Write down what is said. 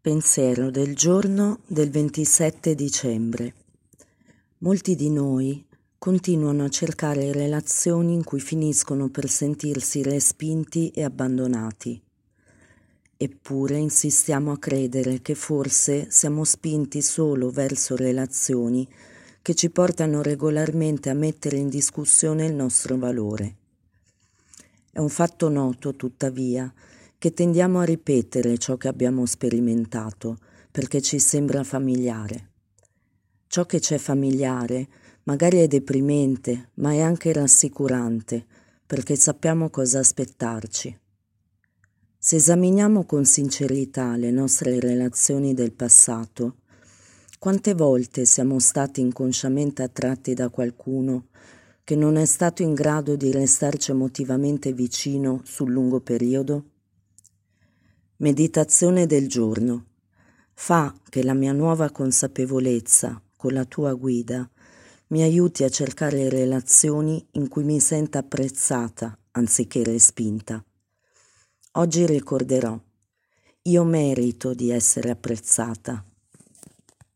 Pensiero del giorno del 27 dicembre. Molti di noi continuano a cercare relazioni in cui finiscono per sentirsi respinti e abbandonati. Eppure insistiamo a credere che forse siamo spinti solo verso relazioni che ci portano regolarmente a mettere in discussione il nostro valore. È un fatto noto, tuttavia, che tendiamo a ripetere ciò che abbiamo sperimentato perché ci sembra familiare. Ciò che c'è familiare magari è deprimente, ma è anche rassicurante perché sappiamo cosa aspettarci. Se esaminiamo con sincerità le nostre relazioni del passato, quante volte siamo stati inconsciamente attratti da qualcuno che non è stato in grado di restarci emotivamente vicino sul lungo periodo? Meditazione del giorno. Fa che la mia nuova consapevolezza, con la tua guida, mi aiuti a cercare relazioni in cui mi senta apprezzata anziché respinta. Oggi ricorderò: io merito di essere apprezzata.